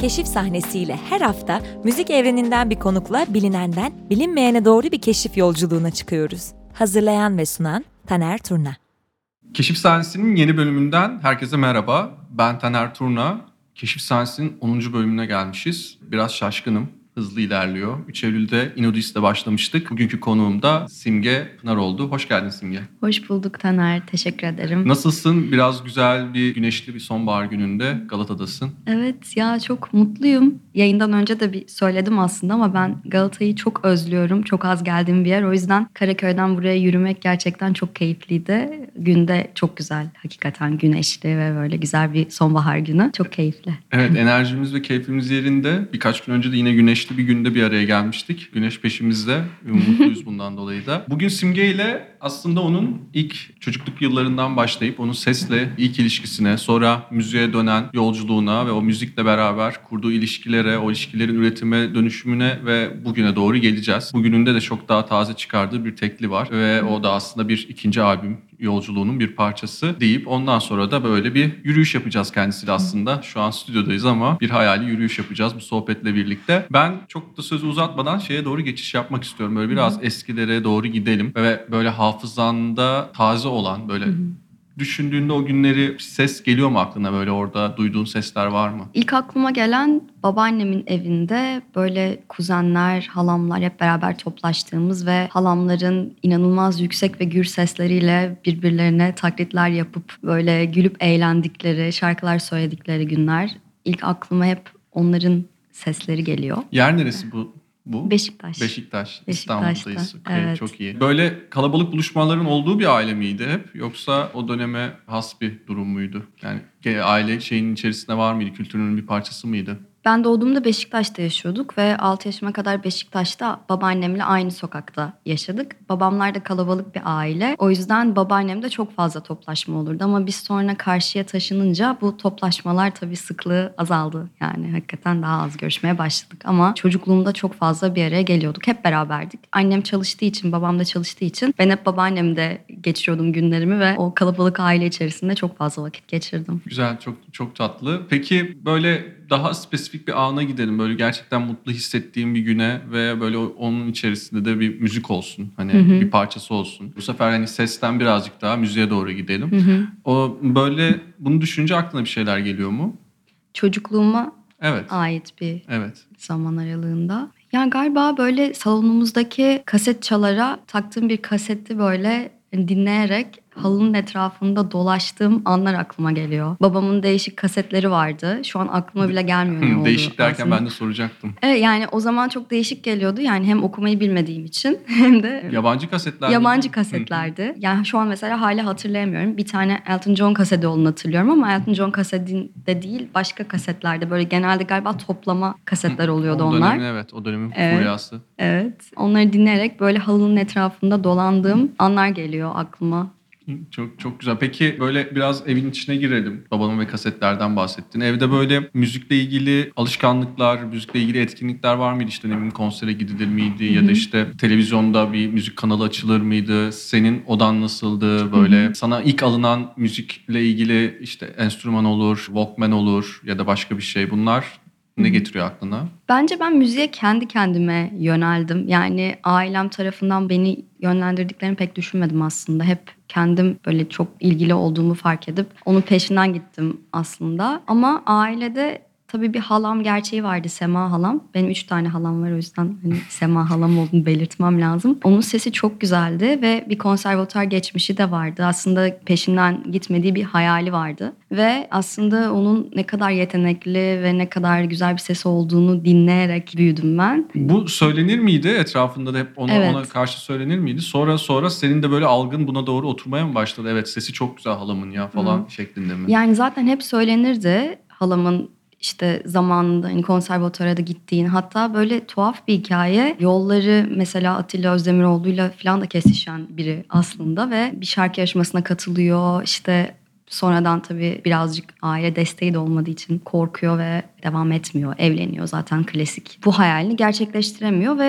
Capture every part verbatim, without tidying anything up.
Keşif sahnesiyle her hafta müzik evreninden bir konukla bilinenden bilinmeyene doğru bir keşif yolculuğuna çıkıyoruz. Hazırlayan ve sunan Taner Turna. Keşif sahnesinin yeni bölümünden herkese merhaba. Ben Taner Turna. Keşif sahnesinin onuncu bölümüne gelmişiz. Biraz şaşkınım. Hızlı ilerliyor. üç Eylül'de Inodis'te başlamıştık. Bugünkü konuğum da Simge Pınar oldu. Hoş geldin Simge. Hoş bulduk Taner. Teşekkür ederim. Nasılsın? Biraz güzel bir güneşli bir sonbahar gününde Galata'dasın. Evet ya, çok mutluyum. Yayından önce de bir söyledim aslında ama ben Galata'yı çok özlüyorum. Çok az geldiğim bir yer. O yüzden Karaköy'den buraya yürümek gerçekten çok keyifliydi. Günde çok güzel. Hakikaten güneşli ve böyle güzel bir sonbahar günü. Çok keyifli. Evet, enerjimiz ve keyfimiz yerinde. Birkaç gün önce de yine güneşli bir günde bir araya gelmiştik. Güneş peşimizde. Mutluyuz bundan dolayı da. Bugün Simge ile aslında onun ilk çocukluk yıllarından başlayıp onun sesle ilk ilişkisine, sonra müziğe dönen yolculuğuna ve o müzikle beraber kurduğu ilişkilere, o ilişkilerin üretime, dönüşümüne ve bugüne doğru geleceğiz. Bugününde de çok daha taze çıkardığı bir tekli var ve o da aslında bir ikinci albüm yolculuğunun bir parçası deyip ondan sonra da böyle bir yürüyüş yapacağız kendisiyle aslında. Şu an stüdyodayız ama bir hayali yürüyüş yapacağız bu sohbetle birlikte. Ben çok da sözü uzatmadan şeye doğru geçiş yapmak istiyorum. Böyle biraz eskilere doğru gidelim ve böyle hafızanda taze olan böyle... Düşündüğünde o günleri ses geliyor mu aklına, böyle orada duyduğun sesler var mı? İlk aklıma gelen babaannemin evinde böyle kuzenler, halamlar hep beraber toplaştığımız ve halamların inanılmaz yüksek ve gür sesleriyle birbirlerine taklitler yapıp böyle gülüp eğlendikleri, şarkılar söyledikleri günler. İlk aklıma hep onların sesleri geliyor. Yer neresi bu? Bu? Beşiktaş. Beşiktaş. Beşiktaş'ta. İstanbul'dayız. Okay, Evet. çok iyi. Böyle kalabalık buluşmaların olduğu bir aile miydi hep? Yoksa o döneme has bir durum muydu? Yani aile şeyinin içerisinde var mıydı? Kültürünün bir parçası mıydı? Ben doğduğumda Beşiktaş'ta yaşıyorduk ve altı yaşıma kadar Beşiktaş'ta babaannemle aynı sokakta yaşadık. Babamlar da kalabalık bir aile. O yüzden babaannemde çok fazla toplaşma olurdu. Ama biz sonra karşıya taşınınca bu toplaşmalar tabii sıklığı azaldı. Yani hakikaten daha az görüşmeye başladık. Ama çocukluğumda çok fazla bir araya geliyorduk. Hep beraberdik. Annem çalıştığı için, babam da çalıştığı için ben hep babaannemde geçiriyordum günlerimi ve o kalabalık aile içerisinde çok fazla vakit geçirdim. Güzel, çok çok tatlı. Peki böyle daha spesifik bir ana gidelim. Böyle gerçekten mutlu hissettiğim bir güne ve böyle onun içerisinde de bir müzik olsun. Hani hı hı. bir parçası olsun. Bu sefer hani sesten birazcık daha müziğe doğru gidelim. Hı hı. O böyle bunu düşününce aklına bir şeyler geliyor mu? Çocukluğuma evet. ait bir evet. zaman aralığında. Yani galiba böyle salonumuzdaki kaset çalara taktığım bir kaseti böyle dinleyerek halının etrafında dolaştığım anlar aklıma geliyor. Babamın değişik kasetleri vardı. Şu an aklıma bile gelmiyor ne olduğu. Değişik derken aslında. Ben de soracaktım. Evet, yani o zaman çok değişik geliyordu. Yani hem okumayı bilmediğim için hem de... Yabancı kasetler Yabancı mi? kasetlerdi. Yani şu an mesela hala hatırlayamıyorum. Bir tane Elton John kaseti olduğunu hatırlıyorum ama Elton John kasetinde değil, başka kasetlerde. Böyle genelde galiba toplama kasetler oluyordu o onlar. Dönemin, evet, o dönemin evet, furyası. Evet. Onları dinleyerek böyle halının etrafında dolandığım anlar geliyor aklıma. Çok çok güzel. Peki böyle biraz evin içine girelim. Babanın ve kasetlerden bahsettin. Evde böyle müzikle ilgili alışkanlıklar, müzikle ilgili etkinlikler var mıydı? İşte ne bileyim, konsere gidilir miydi? Hı-hı. Ya da işte televizyonda bir müzik kanalı açılır mıydı? Senin odan nasıldı? Böyle Hı-hı. sana ilk alınan müzikle ilgili işte enstrüman olur, Walkman olur ya da başka bir şey. Bunlar ne getiriyor aklına? Bence ben müziğe kendi kendime yöneldim. Yani ailem tarafından beni yönlendirdiklerini pek düşünmedim aslında. Hep kendim böyle çok ilgili olduğumu fark edip onun peşinden gittim aslında. Ama ailede tabii bir halam gerçeği vardı, Sema halam. Benim üç tane halam var, o yüzden hani Sema halam olduğunu belirtmem lazım. Onun sesi çok güzeldi ve bir konservatuar geçmişi de vardı. Aslında peşinden gitmediği bir hayali vardı. Ve aslında onun ne kadar yetenekli ve ne kadar güzel bir sesi olduğunu dinleyerek büyüdüm ben. Bu söylenir miydi etrafında da, hep ona, evet. ona karşı söylenir miydi? Sonra sonra senin de böyle algın buna doğru oturmaya mı başladı? Evet, sesi çok güzel halamın ya falan Hı. şeklinde mi? Yani zaten hep söylenirdi halamın. İşte zamanında hani konservatuara da gittiğin, hatta böyle tuhaf bir hikaye. Yolları mesela Atilla Özdemiroğlu'yla falan da kesişen biri aslında ve bir şarkı yarışmasına katılıyor. İşte sonradan tabii birazcık aile desteği de olmadığı için korkuyor ve devam etmiyor. Evleniyor, zaten klasik. Bu hayalini gerçekleştiremiyor ve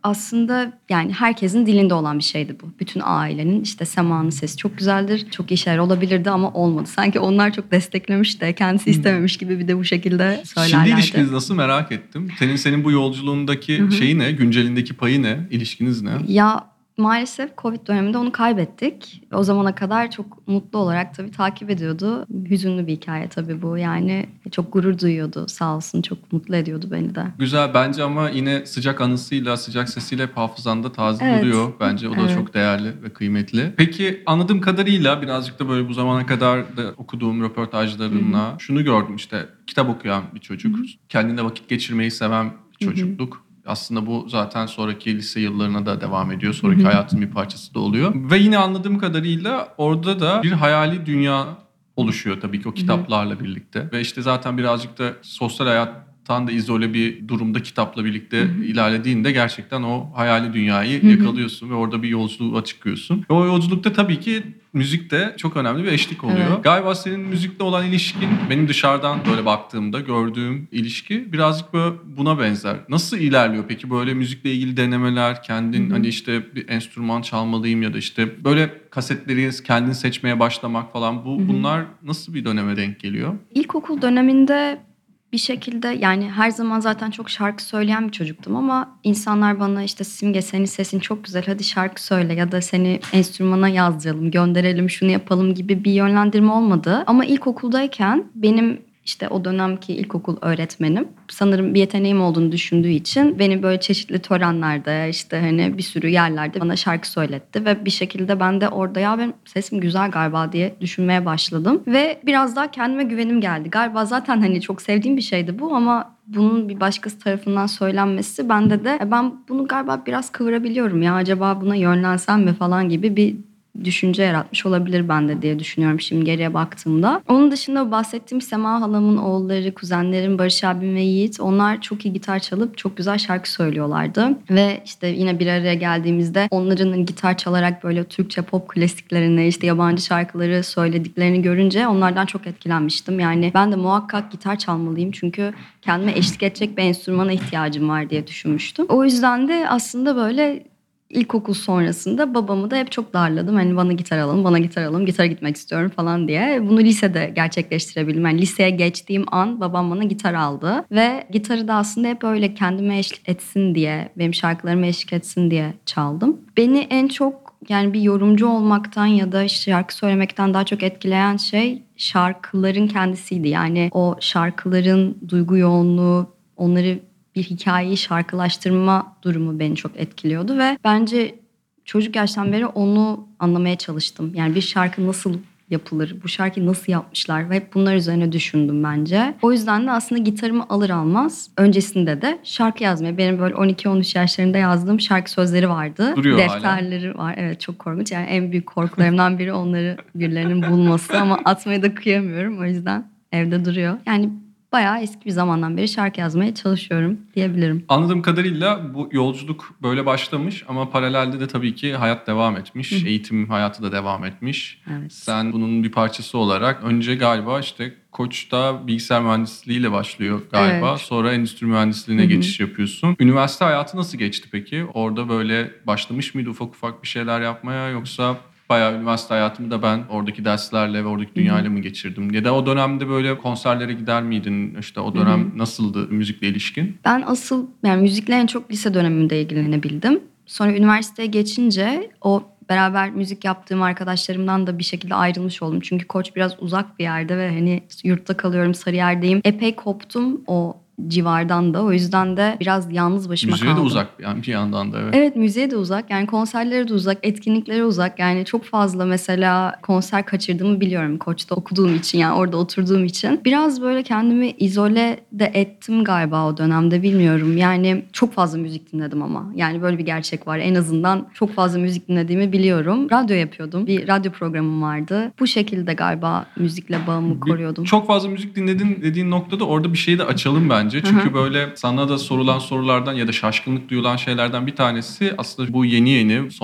aslında yani herkesin dilinde olan bir şeydi bu. Bütün ailenin işte Sema'nın sesi çok güzeldir, çok iyi şeyler olabilirdi ama olmadı. Sanki onlar çok desteklemiş de kendisi istememiş gibi bir de bu şekilde söylerlerdi. Şimdi ilişkiniz nasıl merak ettim. Senin senin bu yolculuğundaki Hı-hı. şeyi ne? Güncelindeki payı ne? İlişkiniz ne? Ya maalesef Covid döneminde onu kaybettik. O zamana kadar çok mutlu olarak tabii takip ediyordu. Hüzünlü bir hikaye tabii bu. Yani çok gurur duyuyordu sağ olsun. Çok mutlu ediyordu beni de. Güzel bence ama yine sıcak anısıyla, sıcak sesiyle hep hafızanda taze evet. duruyor. Bence o da evet. çok değerli ve kıymetli. Peki anladığım kadarıyla birazcık da böyle bu zamana kadar da okuduğum röportajlarımla Hı-hı. şunu gördüm işte. Kitap okuyan bir çocuk. Hı-hı. Kendine vakit geçirmeyi seven bir çocukluk. Hı-hı. Aslında bu zaten sonraki lise yıllarına da devam ediyor. Sonraki Hı-hı. hayatın bir parçası da oluyor. Ve yine anladığım kadarıyla orada da bir hayali dünya oluşuyor tabii ki o kitaplarla Hı-hı. birlikte. Ve işte zaten birazcık da sosyal hayattan da izole bir durumda kitapla birlikte Hı-hı. ilerlediğinde gerçekten o hayali dünyayı Hı-hı. yakalıyorsun ve orada bir yolculuğa çıkıyorsun. Ve o yolculukta tabii ki müzik de çok önemli bir eşlik oluyor. Evet. Galiba senin müzikle olan ilişkin benim dışarıdan böyle baktığımda gördüğüm ilişki birazcık böyle buna benzer. Nasıl ilerliyor peki böyle müzikle ilgili denemeler, kendin Hı-hı. hani işte bir enstrüman çalmalıyım ya da işte böyle kasetleri kendin seçmeye başlamak falan bu Hı-hı. bunlar nasıl bir döneme denk geliyor? İlkokul döneminde bir şekilde yani her zaman zaten çok şarkı söyleyen bir çocuktum ama insanlar bana işte Simge senin sesin çok güzel hadi şarkı söyle ya da seni enstrümana yazdıralım, gönderelim, şunu yapalım gibi bir yönlendirme olmadı. Ama ilkokuldayken benim işte o dönemki ilkokul öğretmenim sanırım bir yeteneğim olduğunu düşündüğü için beni böyle çeşitli törenlerde işte hani bir sürü yerlerde bana şarkı söyletti ve bir şekilde ben de orada ya benim sesim güzel galiba diye düşünmeye başladım ve biraz daha kendime güvenim geldi. Galiba zaten hani çok sevdiğim bir şeydi bu ama bunun bir başkası tarafından söylenmesi bende de e ben bunu galiba biraz kıvırabiliyorum ya acaba buna yönlensem mi falan gibi bir düşünce yaratmış olabilir bende diye düşünüyorum şimdi geriye baktığımda. Onun dışında bahsettiğim Sema halamın oğulları, kuzenlerim Barış abim ve Yiğit onlar çok iyi gitar çalıp çok güzel şarkı söylüyorlardı. Ve işte yine bir araya geldiğimizde onların gitar çalarak böyle Türkçe pop klasiklerini işte yabancı şarkıları söylediklerini görünce onlardan çok etkilenmiştim. Yani ben de muhakkak gitar çalmalıyım çünkü kendime eşlik edecek bir enstrümana ihtiyacım var diye düşünmüştüm. O yüzden de aslında böyle İlkokul sonrasında babamı da hep çok darladım. Hani bana gitar alalım, bana gitar alalım, gitara gitmek istiyorum falan diye. Bunu lisede gerçekleştirebildim. Yani liseye geçtiğim an babam bana gitar aldı. Ve gitarı da aslında hep öyle kendime eşlik etsin diye, benim şarkılarıma eşlik etsin diye çaldım. Beni en çok yani bir yorumcu olmaktan ya da şarkı söylemekten daha çok etkileyen şey şarkıların kendisiydi. Yani o şarkıların duygu yoğunluğu, onları bir hikayeyi şarkılaştırma durumu beni çok etkiliyordu ve bence çocuk yaştan beri onu anlamaya çalıştım. Yani bir şarkı nasıl yapılır, bu şarkıyı nasıl yapmışlar ve hep bunlar üzerine düşündüm bence. O yüzden de aslında gitarımı alır almaz öncesinde de şarkı yazmaya, benim böyle on iki on üç yaşlarında yazdığım şarkı sözleri vardı. Duruyor defterleri hala var. Evet, çok korkunç. Yani en büyük korkularımdan biri onları birilerinin bulması ama atmayı da kıyamıyorum. O yüzden evde duruyor. Yani bayağı eski bir zamandan beri şarkı yazmaya çalışıyorum diyebilirim. Anladığım kadarıyla bu yolculuk böyle başlamış ama paralelde de tabii ki hayat devam etmiş. Hı. Eğitim hayatı da devam etmiş. Evet. Sen bunun bir parçası olarak önce galiba işte Koç'ta bilgisayar mühendisliğiyle başlıyor galiba. Evet. Sonra endüstri mühendisliğine Hı-hı. geçiş yapıyorsun. Üniversite hayatı nasıl geçti peki? Orada böyle başlamış mıydı ufak ufak bir şeyler yapmaya yoksa bayağı üniversite hayatımı da ben oradaki derslerle ve oradaki dünyayla mı geçirdim? Ya da o dönemde böyle konserlere gider miydin? İşte o dönem Hı-hı. nasıldı müzikle ilişkin? Ben asıl yani müzikle en çok lise döneminde ilgilenebildim. Sonra üniversiteye geçince o beraber müzik yaptığım arkadaşlarımdan da bir şekilde ayrılmış oldum. Çünkü Koç biraz uzak bir yerde ve hani yurtta kalıyorum, Sarıyer'deyim. Epey koptum o civardan da. O yüzden de biraz yalnız başıma müziğe kaldım. Müziğe de uzak yani bir yandan da evet. Evet, müziğe de uzak. Yani konserlere de uzak, etkinliklere uzak. Yani çok fazla mesela konser kaçırdığımı biliyorum Koç'ta okuduğum için, yani orada oturduğum için. Biraz böyle kendimi izole de ettim galiba o dönemde, bilmiyorum. Yani çok fazla müzik dinledim ama. Yani böyle bir gerçek var. En azından çok fazla müzik dinlediğimi biliyorum. Radyo yapıyordum. Bir radyo programım vardı. Bu şekilde galiba müzikle bağımı koruyordum. Bir, çok fazla müzik dinledin dediğin noktada orada bir şeyi de açalım bence. Çünkü Hı-hı. böyle sana da sorulan sorulardan ya da şaşkınlık duyulan şeylerden bir tanesi aslında bu yeni yeni son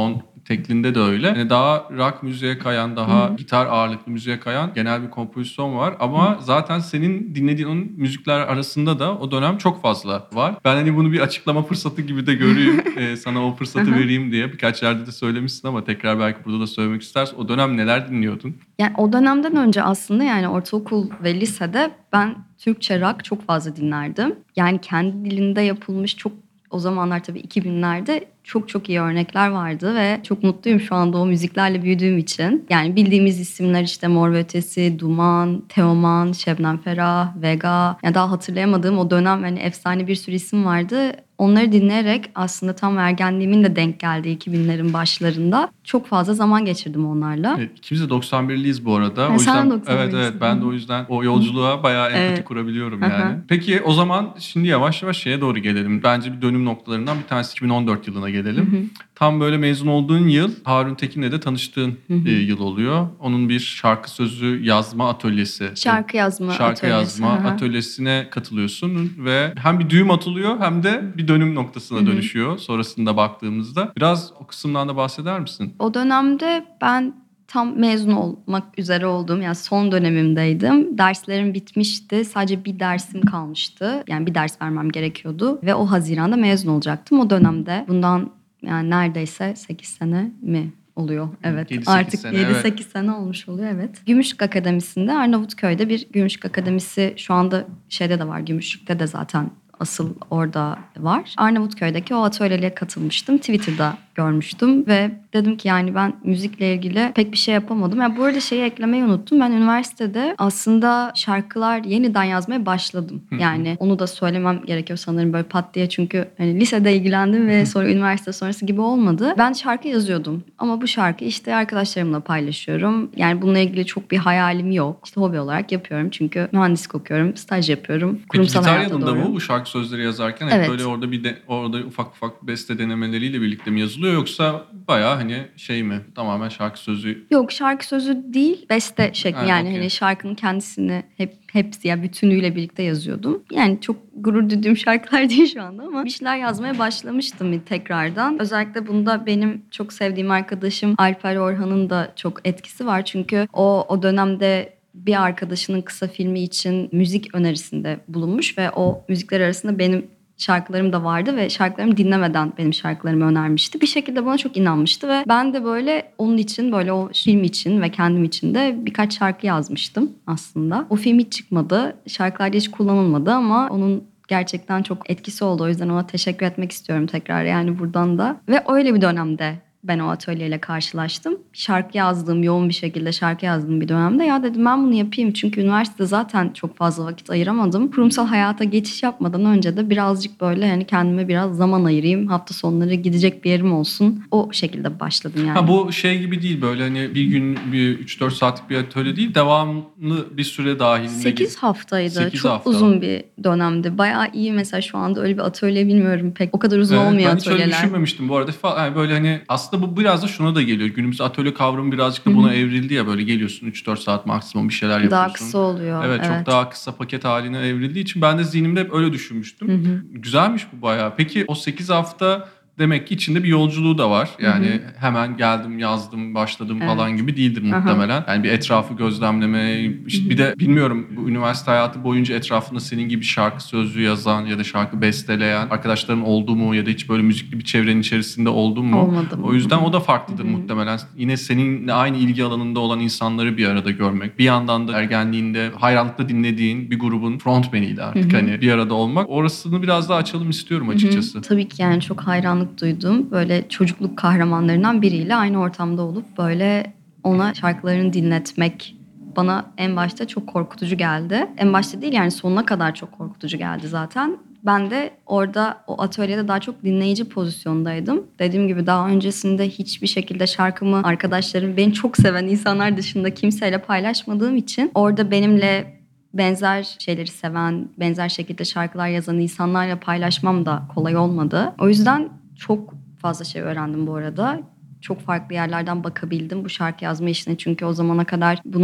teklinde de öyle. Yani daha rock müziğe kayan, daha Hı-hı. gitar ağırlıklı müziğe kayan genel bir kompozisyon var. Ama Hı-hı. zaten senin dinlediğin onun müzikler arasında da o dönem çok fazla var. Ben hani bunu bir açıklama fırsatı gibi de göreyim, e, sana o fırsatı Hı-hı. vereyim diye. Birkaç yerde de söylemişsin ama tekrar belki burada da söylemek istersin. O dönem neler dinliyordun? Yani o dönemden önce aslında yani ortaokul ve lisede ben Türkçe rock çok fazla dinlerdim. Yani kendi dilinde yapılmış çok, o zamanlar tabii iki binlerde çok çok iyi örnekler vardı ve çok mutluyum şu anda o müziklerle büyüdüğüm için. Yani bildiğimiz isimler işte Mor ve Ötesi, Duman, Teoman, Şebnem Ferah, Vega. Yani daha hatırlayamadığım o dönem hani efsane bir sürü isim vardı. Onları dinleyerek aslında tam ergenliğimin de denk geldiği iki binlerin başlarında çok fazla zaman geçirdim onlarla. Evet, ikimiz de doksan birliyiz bu arada. Ha, o sen yüzden doksan birlisin. evet evet ben de o yüzden o yolculuğa bayağı empati Evet. kurabiliyorum Hı hı. yani. Peki o zaman şimdi yavaş yavaş şeye doğru gelelim. Bence bir dönüm noktalarından bir tanesi iki bin on dört yılına gelelim. Hı hı. Tam böyle mezun olduğun yıl Harun Tekin'le de tanıştığın Hı hı. e, yıl oluyor. Onun bir şarkı sözü yazma atölyesi. Şarkı yazma Şarkı atölyesi. yazma Hı hı. atölyesine katılıyorsun ve hem bir düğüm atılıyor hem de bir dönüm noktasına Hı hı. dönüşüyor sonrasında baktığımızda. Biraz o kısımdan da bahseder misin? O dönemde ben tam mezun olmak üzere olduğum, yani son dönemimdeydim. Derslerim bitmişti. Sadece bir dersim kalmıştı. Yani bir ders vermem gerekiyordu. Ve o Haziran'da mezun olacaktım. O dönemde bundan yani neredeyse sekiz sene mi oluyor? Evet. yedi sekiz Artık sene, yedi sekiz evet. sene olmuş oluyor, evet. Gümüşlük Akademisi'nde, Arnavutköy'de bir Gümüşlük Akademisi şu anda şeyde de var. Gümüşlük'te de zaten asıl orada var. Arnavutköy'deki o atölyeye katılmıştım. Twitter'da görmüştüm ve dedim ki yani ben müzikle ilgili pek bir şey yapamadım. Yani bu arada şeyi eklemeyi unuttum. Ben üniversitede aslında şarkılar yeniden yazmaya başladım. Yani onu da söylemem gerekiyor sanırım böyle pat diye. Çünkü hani lisede ilgilendim ve sonra üniversite sonrası gibi olmadı. Ben şarkı yazıyordum. Ama bu şarkı işte arkadaşlarımla paylaşıyorum. Yani bununla ilgili çok bir hayalim yok. İşte hobi olarak yapıyorum. Çünkü mühendislik okuyorum, staj yapıyorum. Kurumsal Peki gitar hayata yanında doğru. mı bu şarkı sözleri yazarken hep Evet. böyle orada bir de orada ufak ufak beste denemeleriyle birlikte mi yazılıyor yoksa bayağı hani şey mi tamamen şarkı sözü? Yok, şarkı sözü değil, beste şekli. Ha, Yani okey. hani şarkının kendisini hep hepsi ya bütünüyle birlikte yazıyordum. Yani çok gurur duyduğum şarkılar değil şu anda ama bir şeyler yazmaya başlamıştım tekrardan. Özellikle bunda benim çok sevdiğim arkadaşım Alper Orhan'ın da çok etkisi var. Çünkü o o dönemde bir arkadaşının kısa filmi için müzik önerisinde bulunmuş ve o müzikler arasında benim şarkılarım da vardı ve şarkılarımı dinlemeden benim şarkılarımı önermişti. Bir şekilde bana çok inanmıştı ve ben de böyle onun için, böyle o film için ve kendim için de birkaç şarkı yazmıştım aslında. O film hiç çıkmadı. Şarkılarda hiç kullanılmadı ama onun gerçekten çok etkisi oldu. O yüzden ona teşekkür etmek istiyorum tekrar yani buradan da. Ve öyle bir dönemde ben o atölyeyle karşılaştım. Şarkı yazdığım, yoğun bir şekilde şarkı yazdığım bir dönemde ya dedim ben bunu yapayım. Çünkü üniversitede zaten çok fazla vakit ayıramadım. Kurumsal hayata geçiş yapmadan önce de birazcık böyle hani kendime biraz zaman ayırayım. Hafta sonları gidecek bir yerim olsun. O şekilde başladım yani. Ha, bu şey gibi değil böyle hani bir gün bir üç dört saatlik bir atölye değil, devamlı bir süre dahilinde. sekiz haftaydı. sekiz Çok hafta. uzun bir dönemdi. Bayağı iyi mesela şu anda öyle bir atölye bilmiyorum pek. O kadar uzun Evet, olmuyor ben hiç atölyeler. öyle düşünmemiştim bu arada. Yani böyle hani aslında bu biraz da şuna da geliyor. Günümüz atölye kavramı birazcık da buna evrildi ya, böyle geliyorsun üç dört saat maksimum bir şeyler yapıyorsun. Daha kısa oluyor. Evet, Evet. çok daha kısa paket haline evrildiği için ben de zihnimde hep öyle düşünmüştüm. Hı hı. Güzelmiş bu bayağı. Peki o sekiz hafta demek ki içinde bir yolculuğu da var. Yani hı hı. hemen geldim, yazdım, başladım evet. falan gibi değildir muhtemelen. Aha. Yani bir etrafı gözlemleme, işte bir de bilmiyorum bu üniversite hayatı boyunca etrafında senin gibi şarkı sözlüğü yazan ya da şarkı besteleyen arkadaşların oldu mu ya da hiç böyle müzikli bir çevrenin içerisinde oldun mu? Olmadım. O yüzden o da farklıdır hı hı. muhtemelen. Yine seninle aynı ilgi alanında olan insanları bir arada görmek. Bir yandan da ergenliğinde hayranlıkla dinlediğin bir grubun frontmaniydi artık. Hı hı. Hani bir arada olmak. Orasını biraz daha açalım istiyorum açıkçası. Hı hı. Tabii ki yani çok hayranlık duydum. Böyle çocukluk kahramanlarından biriyle aynı ortamda olup böyle ona şarkılarını dinletmek bana en başta çok korkutucu geldi. En başta değil yani sonuna kadar çok korkutucu geldi zaten. Ben de orada o atölyede daha çok dinleyici pozisyondaydım. Dediğim gibi daha öncesinde hiçbir şekilde şarkımı arkadaşlarım, beni çok seven insanlar dışında kimseyle paylaşmadığım için orada benimle benzer şeyleri seven, benzer şekilde şarkılar yazan insanlarla paylaşmam da kolay olmadı. O yüzden çok fazla şey öğrendim bu arada. Çok farklı yerlerden bakabildim bu şarkı yazma işine. Çünkü o zamana kadar bunun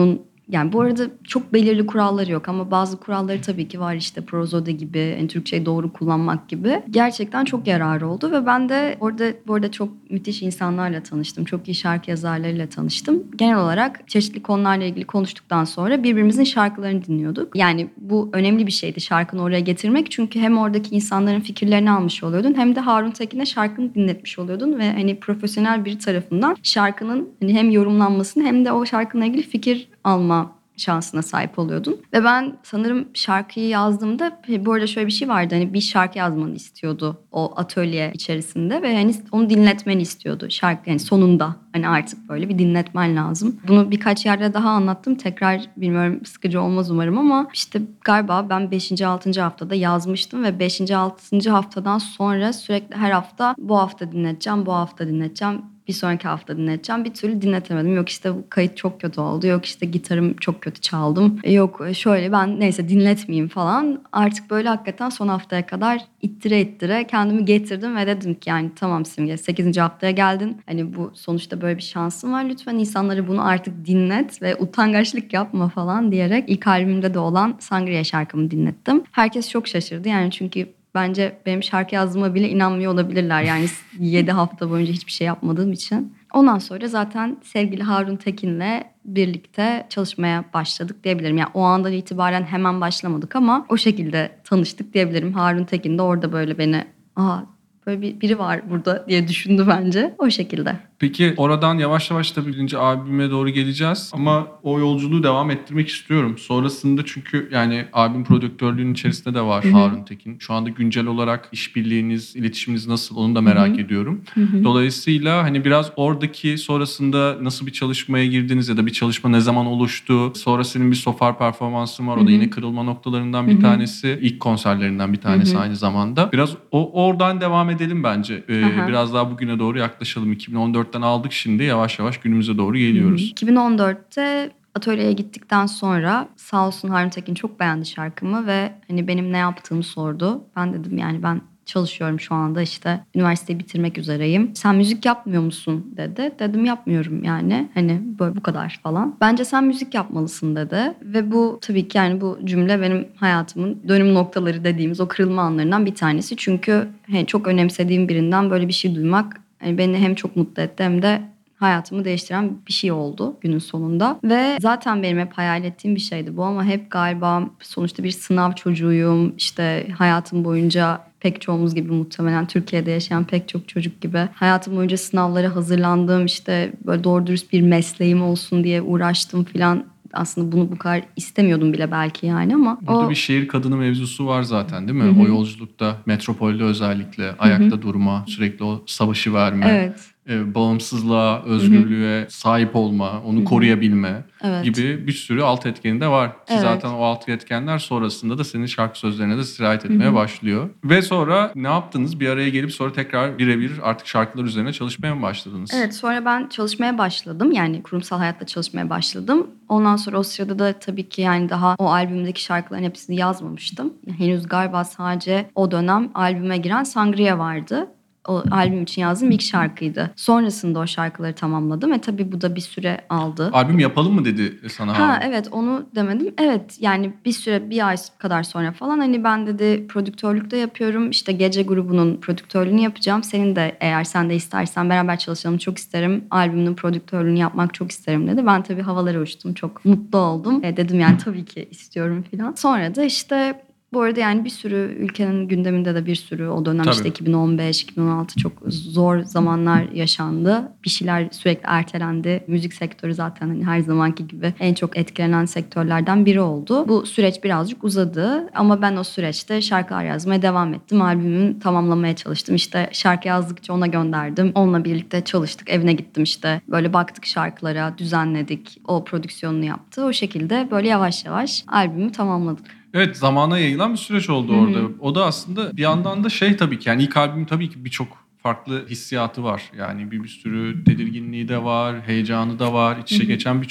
Yani bu arada çok belirli kuralları yok ama bazı kuralları tabii ki var, işte prozode gibi, yani Türkçeyi doğru kullanmak gibi. Gerçekten çok yararı oldu ve ben de orada bu arada çok müthiş insanlarla tanıştım. Çok iyi şarkı yazarlarıyla tanıştım. Genel olarak çeşitli konularla ilgili konuştuktan sonra birbirimizin şarkılarını dinliyorduk. Yani bu önemli bir şeydi, şarkını oraya getirmek. Çünkü hem oradaki insanların fikirlerini almış oluyordun hem de Harun Tekin'e şarkını dinletmiş oluyordun ve hani profesyonel biri tarafından şarkının hani hem yorumlanmasını hem de o şarkıyla ilgili fikir alma şansına sahip oluyordun. Ve ben sanırım şarkıyı yazdığımda, bu arada şöyle bir şey vardı, hani bir şarkı yazmanı istiyordu o atölye içerisinde ve hani onu dinletmeni istiyordu şarkı, yani sonunda hani artık böyle bir dinletmen lazım. Bunu birkaç yerde daha anlattım, tekrar bilmiyorum, sıkıcı olmaz umarım ama işte galiba ben beşinci altıncı haftada yazmıştım ve beşinci altıncı haftadan sonra sürekli her hafta bu hafta dinleteceğim, bu hafta dinleteceğim, bir sonraki hafta dinleteceğim. Bir türlü dinletemedim. Yok işte bu kayıt çok kötü oldu. Yok işte gitarım çok kötü çaldım. Yok şöyle, ben neyse dinletmeyeyim falan. Artık böyle hakikaten son haftaya kadar ittire ittire kendimi getirdim ve dedim ki yani tamam Simge, sekizinci haftaya geldin. Hani bu sonuçta böyle bir şansın var. Lütfen insanlara bunu artık dinlet ve utangaçlık yapma falan diyerek ilk albümümde de olan Sangria şarkımı dinlettim. Herkes çok şaşırdı yani, çünkü bence benim şarkı yazdığıma bile inanmıyor olabilirler. Yani yedi hafta boyunca hiçbir şey yapmadığım için. Ondan sonra zaten sevgili Harun Tekin'le birlikte çalışmaya başladık diyebilirim. Yani o andan itibaren hemen başlamadık ama o şekilde tanıştık diyebilirim. Harun Tekin de orada böyle beni, aa böyle bir, biri var burada diye düşündü bence. O şekilde. Peki oradan yavaş yavaş tabii birinci albüme doğru geleceğiz ama o yolculuğu devam ettirmek istiyorum. Sonrasında çünkü yani albüm prodüktörlüğünün içerisinde de var, hı hı, Harun Tekin. Şu anda güncel olarak işbirliğiniz, iletişiminiz nasıl, onu da merak, hı hı, ediyorum. Hı hı. Dolayısıyla hani biraz oradaki sonrasında nasıl bir çalışmaya girdiniz ya da bir çalışma ne zaman oluştu? Sonra senin bir Sofar performansın var. O da, hı hı, yine kırılma noktalarından bir, hı hı, tanesi. İlk konserlerinden bir tanesi, hı hı, aynı zamanda. Biraz o oradan devam edelim bence. Ee, biraz daha bugüne doğru yaklaşalım. iki bin on dörtten aldık, şimdi yavaş yavaş günümüze doğru geliyoruz. Hı hı. iki bin on dörtte atölyeye gittikten sonra sağ olsun Harun Tekin çok beğendi şarkımı ve hani benim ne yaptığımı sordu. Ben dedim yani ben çalışıyorum şu anda, işte üniversiteyi bitirmek üzereyim. Sen müzik yapmıyor musun dedi. Dedim yapmıyorum yani, hani böyle bu kadar falan. Bence sen müzik yapmalısın dedi. Ve bu tabii ki yani bu cümle benim hayatımın dönüm noktaları dediğimiz o kırılma anlarından bir tanesi. Çünkü hani çok önemsediğim birinden böyle bir şey duymak yani beni hem çok mutlu etti hem de hayatımı değiştiren bir şey oldu günün sonunda. Ve zaten benim hep hayal ettiğim bir şeydi bu ama hep galiba sonuçta bir sınav çocuğuyum. İşte hayatım boyunca pek çoğumuz gibi, muhtemelen Türkiye'de yaşayan pek çok çocuk gibi hayatım boyunca sınavlara hazırlandım. İşte böyle doğru dürüst bir mesleğim olsun diye uğraştım filan. Aslında bunu bu kadar istemiyordum bile belki yani ama... Burada o... bir şehir kadını mevzusu var zaten değil mi? Hı hı. O yolculukta, metropolde özellikle ayakta, hı hı, durma, sürekli o savaşı verme. Evet. E, bağımsızlığa, özgürlüğe, hı hı, sahip olma, onu, hı hı, koruyabilme, evet, gibi bir sürü alt etkeni de var. Ki evet, zaten o alt etkenler sonrasında da senin şarkı sözlerine de sirayet etmeye, hı hı, başlıyor. Ve sonra ne yaptınız? Bir araya gelip sonra tekrar birebir artık şarkılar üzerine çalışmaya mı başladınız? Evet, sonra ben çalışmaya başladım. Yani kurumsal hayatta çalışmaya başladım. Ondan sonra o sırada da tabii ki yani daha o albümdeki şarkıların hepsini yazmamıştım. Henüz galiba sadece o dönem albüme giren Sangria vardı. O albüm için yazdığım ilk şarkıydı. Sonrasında o şarkıları tamamladım ve tabii bu da bir süre aldı. Albüm yapalım mı dedi sana? Ha evet, onu demedim. Evet yani bir süre, bir ay kadar sonra falan hani ben dedi prodüktörlük de yapıyorum. İşte Gece grubunun prodüktörlüğünü yapacağım. Senin de eğer sen de istersen beraber çalışalım, çok isterim. Albümün prodüktörlüğünü yapmak çok isterim dedi. Ben tabii havalara uçtum, çok mutlu oldum. E, dedim yani tabii ki istiyorum falan. Sonra da işte... Bu arada yani bir sürü ülkenin gündeminde de bir sürü o dönem, tabii, işte iki bin on beş iki bin on altı çok zor zamanlar yaşandı. Bir şeyler sürekli ertelendi. Müzik sektörü zaten hani her zamanki gibi en çok etkilenen sektörlerden biri oldu. Bu süreç birazcık uzadı ama ben o süreçte şarkılar yazmaya devam ettim. Albümümü tamamlamaya çalıştım. İşte şarkı yazdıkça ona gönderdim. Onunla birlikte çalıştık. Evine gittim işte. Böyle baktık şarkılara, düzenledik. O prodüksiyonunu yaptı. O şekilde böyle yavaş yavaş albümü tamamladık. Evet, zamana yayılan bir süreç oldu, hı hı, orada. O da aslında bir yandan da şey tabii ki yani ilk albüm tabii ki birçok farklı hissiyatı var. Yani bir, bir sürü tedirginliği de var, heyecanı da var, iç içe geçen birçok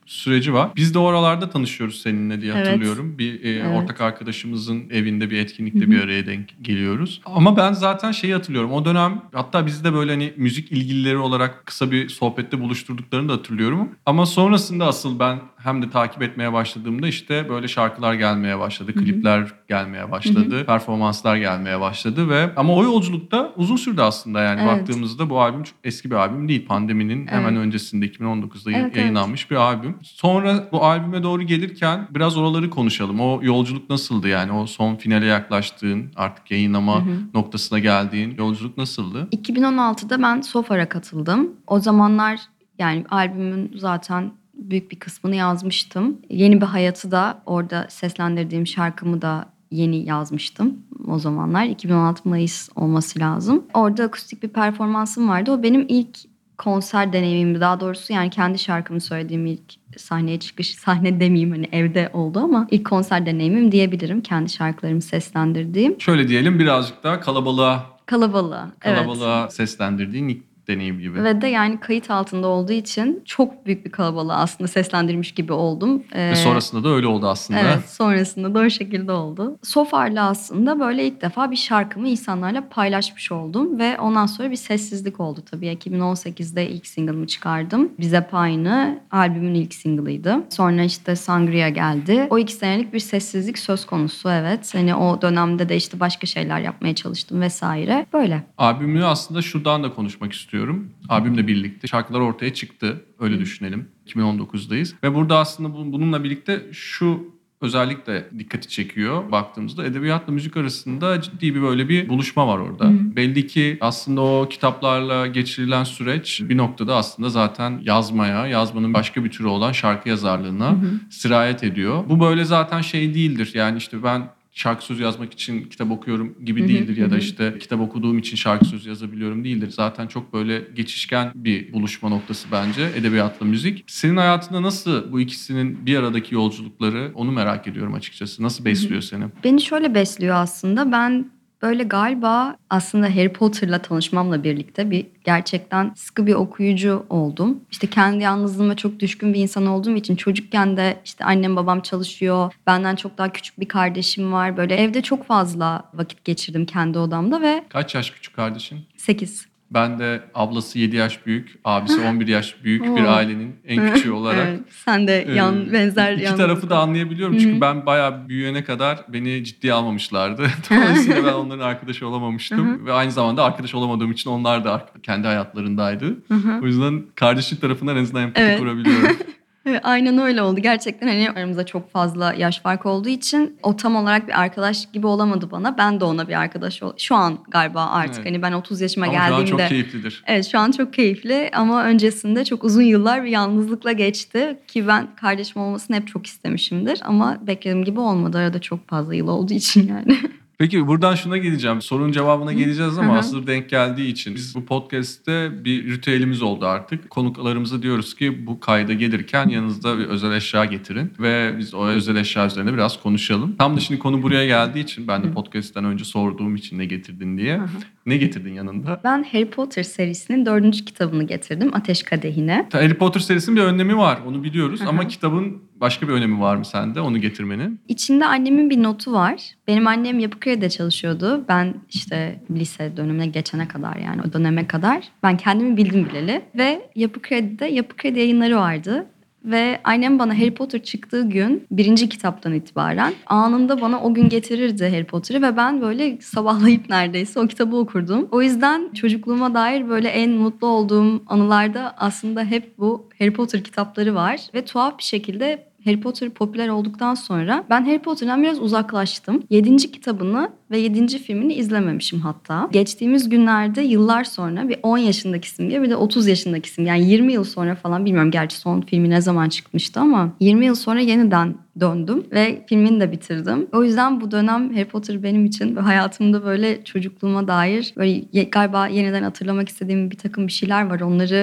süreci var. Biz de oralarda tanışıyoruz seninle diye Evet. hatırlıyorum. Bir e, Evet. ortak arkadaşımızın evinde bir etkinlikte Hı hı. bir araya denk geliyoruz. Ama ben zaten şeyi hatırlıyorum. O dönem hatta bizi de böyle hani müzik ilgilileri olarak kısa bir sohbette buluşturduklarını da hatırlıyorum. Ama sonrasında asıl ben hem de takip etmeye başladığımda işte böyle şarkılar gelmeye başladı, Hı hı. klipler gelmeye başladı, Hı hı. performanslar gelmeye başladı ve ama o yolculukta uzun sürdü aslında yani Evet. baktığımızda bu albüm çok eski bir albüm değil. Pandeminin hemen Evet. öncesinde iki bin on dokuzda Evet, yayınlanmış bir albüm. Sonra bu albüme doğru gelirken biraz oraları konuşalım. O yolculuk nasıldı yani? O son finale yaklaştığın, artık yayınlama Hı hı. noktasına geldiğin yolculuk nasıldı? iki bin on altıda ben Sofar'a katıldım. O zamanlar yani albümün zaten büyük bir kısmını yazmıştım. Yeni bir hayatı da orada seslendirdiğim şarkımı da yeni yazmıştım o zamanlar. iki bin on altı Mayıs olması lazım. Orada akustik bir performansım vardı. O benim ilk konser deneyimimdi. Daha doğrusu yani kendi şarkımı söylediğim ilk sahneye çıkış, sahne demeyeyim hani evde oldu ama ilk konser deneyimim diyebilirim. Kendi şarkılarımı seslendirdiğim. Şöyle diyelim birazcık daha kalabalığa, Kalabalığa. Evet. kalabalığa seslendirdiğin ilk deneyim gibi. Ve de yani kayıt altında olduğu için çok büyük bir kalabalığı aslında seslendirmiş gibi oldum. Ee, Ve sonrasında da öyle oldu aslında. Evet, sonrasında da o şekilde oldu. Sofar'la aslında böyle ilk defa bir şarkımı insanlarla paylaşmış oldum ve ondan sonra bir sessizlik oldu tabii. iki bin on sekizde ilk single'ımı çıkardım. Bize Payını albümün ilk single'ıydı. Sonra işte Sangria geldi. O iki senelik bir sessizlik söz konusu, evet. Hani o dönemde de işte başka şeyler yapmaya çalıştım vesaire. Böyle. Albümü aslında şuradan da konuşmak istiyorum. Albümle birlikte şarkılar ortaya çıktı. Öyle düşünelim. iki bin on dokuzdayız. Ve burada aslında bununla birlikte şu özellikle dikkati çekiyor. Baktığımızda edebiyatla müzik arasında ciddi bir böyle bir buluşma var orada. Hı. Belli ki aslında o kitaplarla geçirilen süreç bir noktada aslında zaten yazmaya, yazmanın başka bir türü olan şarkı yazarlığına hı hı. sirayet ediyor. Bu böyle zaten şey değildir. Yani işte ben şarkı sözü yazmak için kitap okuyorum gibi Hı-hı, değildir ya hı-hı. da işte kitap okuduğum için şarkı sözü yazabiliyorum değildir. Zaten çok böyle geçişken bir buluşma noktası bence edebiyatla müzik. Senin hayatında nasıl bu ikisinin bir aradaki yolculukları, onu merak ediyorum açıkçası. Nasıl besliyor seni? Beni şöyle besliyor aslında. Ben böyle galiba aslında Harry Potter'la tanışmamla birlikte bir gerçekten sıkı bir okuyucu oldum. İşte kendi yalnızlığıma çok düşkün bir insan olduğum için çocukken de işte annem babam çalışıyor. Benden çok daha küçük bir kardeşim var. Böyle evde çok fazla vakit geçirdim kendi odamda ve... Kaç yaş küçük kardeşin? sekiz. Ben de ablası yedi yaş büyük, abisi on bir yaş büyük bir Oo. ailenin en küçüğü olarak. Evet, sen de yan, e, benzer İki yalnızlık. tarafı da anlayabiliyorum çünkü Hı-hı. ben bayağı büyüyene kadar beni ciddiye almamışlardı. Dolayısıyla ben onların arkadaşı olamamıştım. Hı-hı. Ve aynı zamanda arkadaş olamadığım için onlar da kendi hayatlarındaydı. Hı-hı. O yüzden kardeşin tarafından en azından empati Evet. kurabiliyorum. Evet, aynen öyle oldu. Gerçekten hani aramızda çok fazla yaş farkı olduğu için o tam olarak bir arkadaş gibi olamadı bana. Ben de ona bir arkadaş ol. Şu an galiba artık Evet. hani ben otuz yaşıma Ama geldiğimde. şu an çok keyiflidir. Evet, şu an çok keyifli ama öncesinde çok uzun yıllar bir yalnızlıkla geçti ki ben kardeşim olmasını hep çok istemişimdir ama beklediğim gibi olmadı. Arada çok fazla yıl olduğu için yani. Peki buradan şuna geleceğim. Sorunun cevabına geleceğiz ama Hı hı. asıl denk geldiği için. Biz bu podcast'te bir ritüelimiz oldu artık. Konuklarımıza diyoruz ki bu kayda gelirken yanınızda bir özel eşya getirin. Ve biz o özel eşya üzerine biraz konuşalım. Tam da şimdi konu buraya geldiği için ben de podcast'ten önce sorduğum için ne getirdin diye. Hı hı. Ne getirdin yanında? Ben Harry Potter serisinin dördüncü kitabını getirdim. Ateş Kadehi'ne. Harry Potter serisinin bir önlemi var. Onu biliyoruz. Hı hı. Ama kitabın başka bir önemi var mı sende onu getirmenin? İçinde annemin bir notu var. Benim annem Yapı Kredi'de çalışıyordu. Ben işte lise dönemine geçene kadar yani o döneme kadar ben kendimi bildim bileli. Ve Yapı Kredi'de Yapı Kredi yayınları vardı. Ve annem bana Harry Potter çıktığı gün birinci kitaptan itibaren anında bana o gün getirirdi Harry Potter'ı ve ben böyle sabahlayıp neredeyse o kitabı okurdum. O yüzden çocukluğuma dair böyle en mutlu olduğum anılarda aslında hep bu Harry Potter kitapları var. Ve tuhaf bir şekilde Harry Potter popüler olduktan sonra ben Harry Potter'dan biraz uzaklaştım. Yedinci kitabını ve yedinci filmini izlememişim hatta. Geçtiğimiz günlerde yıllar sonra bir on yaşındaki Simge bir de otuz yaşındaki Simge. Yani yirmi yıl sonra falan bilmiyorum gerçi son filmi ne zaman çıkmıştı ama yirmi yıl sonra yeniden döndüm ve filmini de bitirdim. O yüzden bu dönem Harry Potter benim için ve hayatımda böyle çocukluğuma dair böyle galiba yeniden hatırlamak istediğim bir takım bir şeyler var. Onları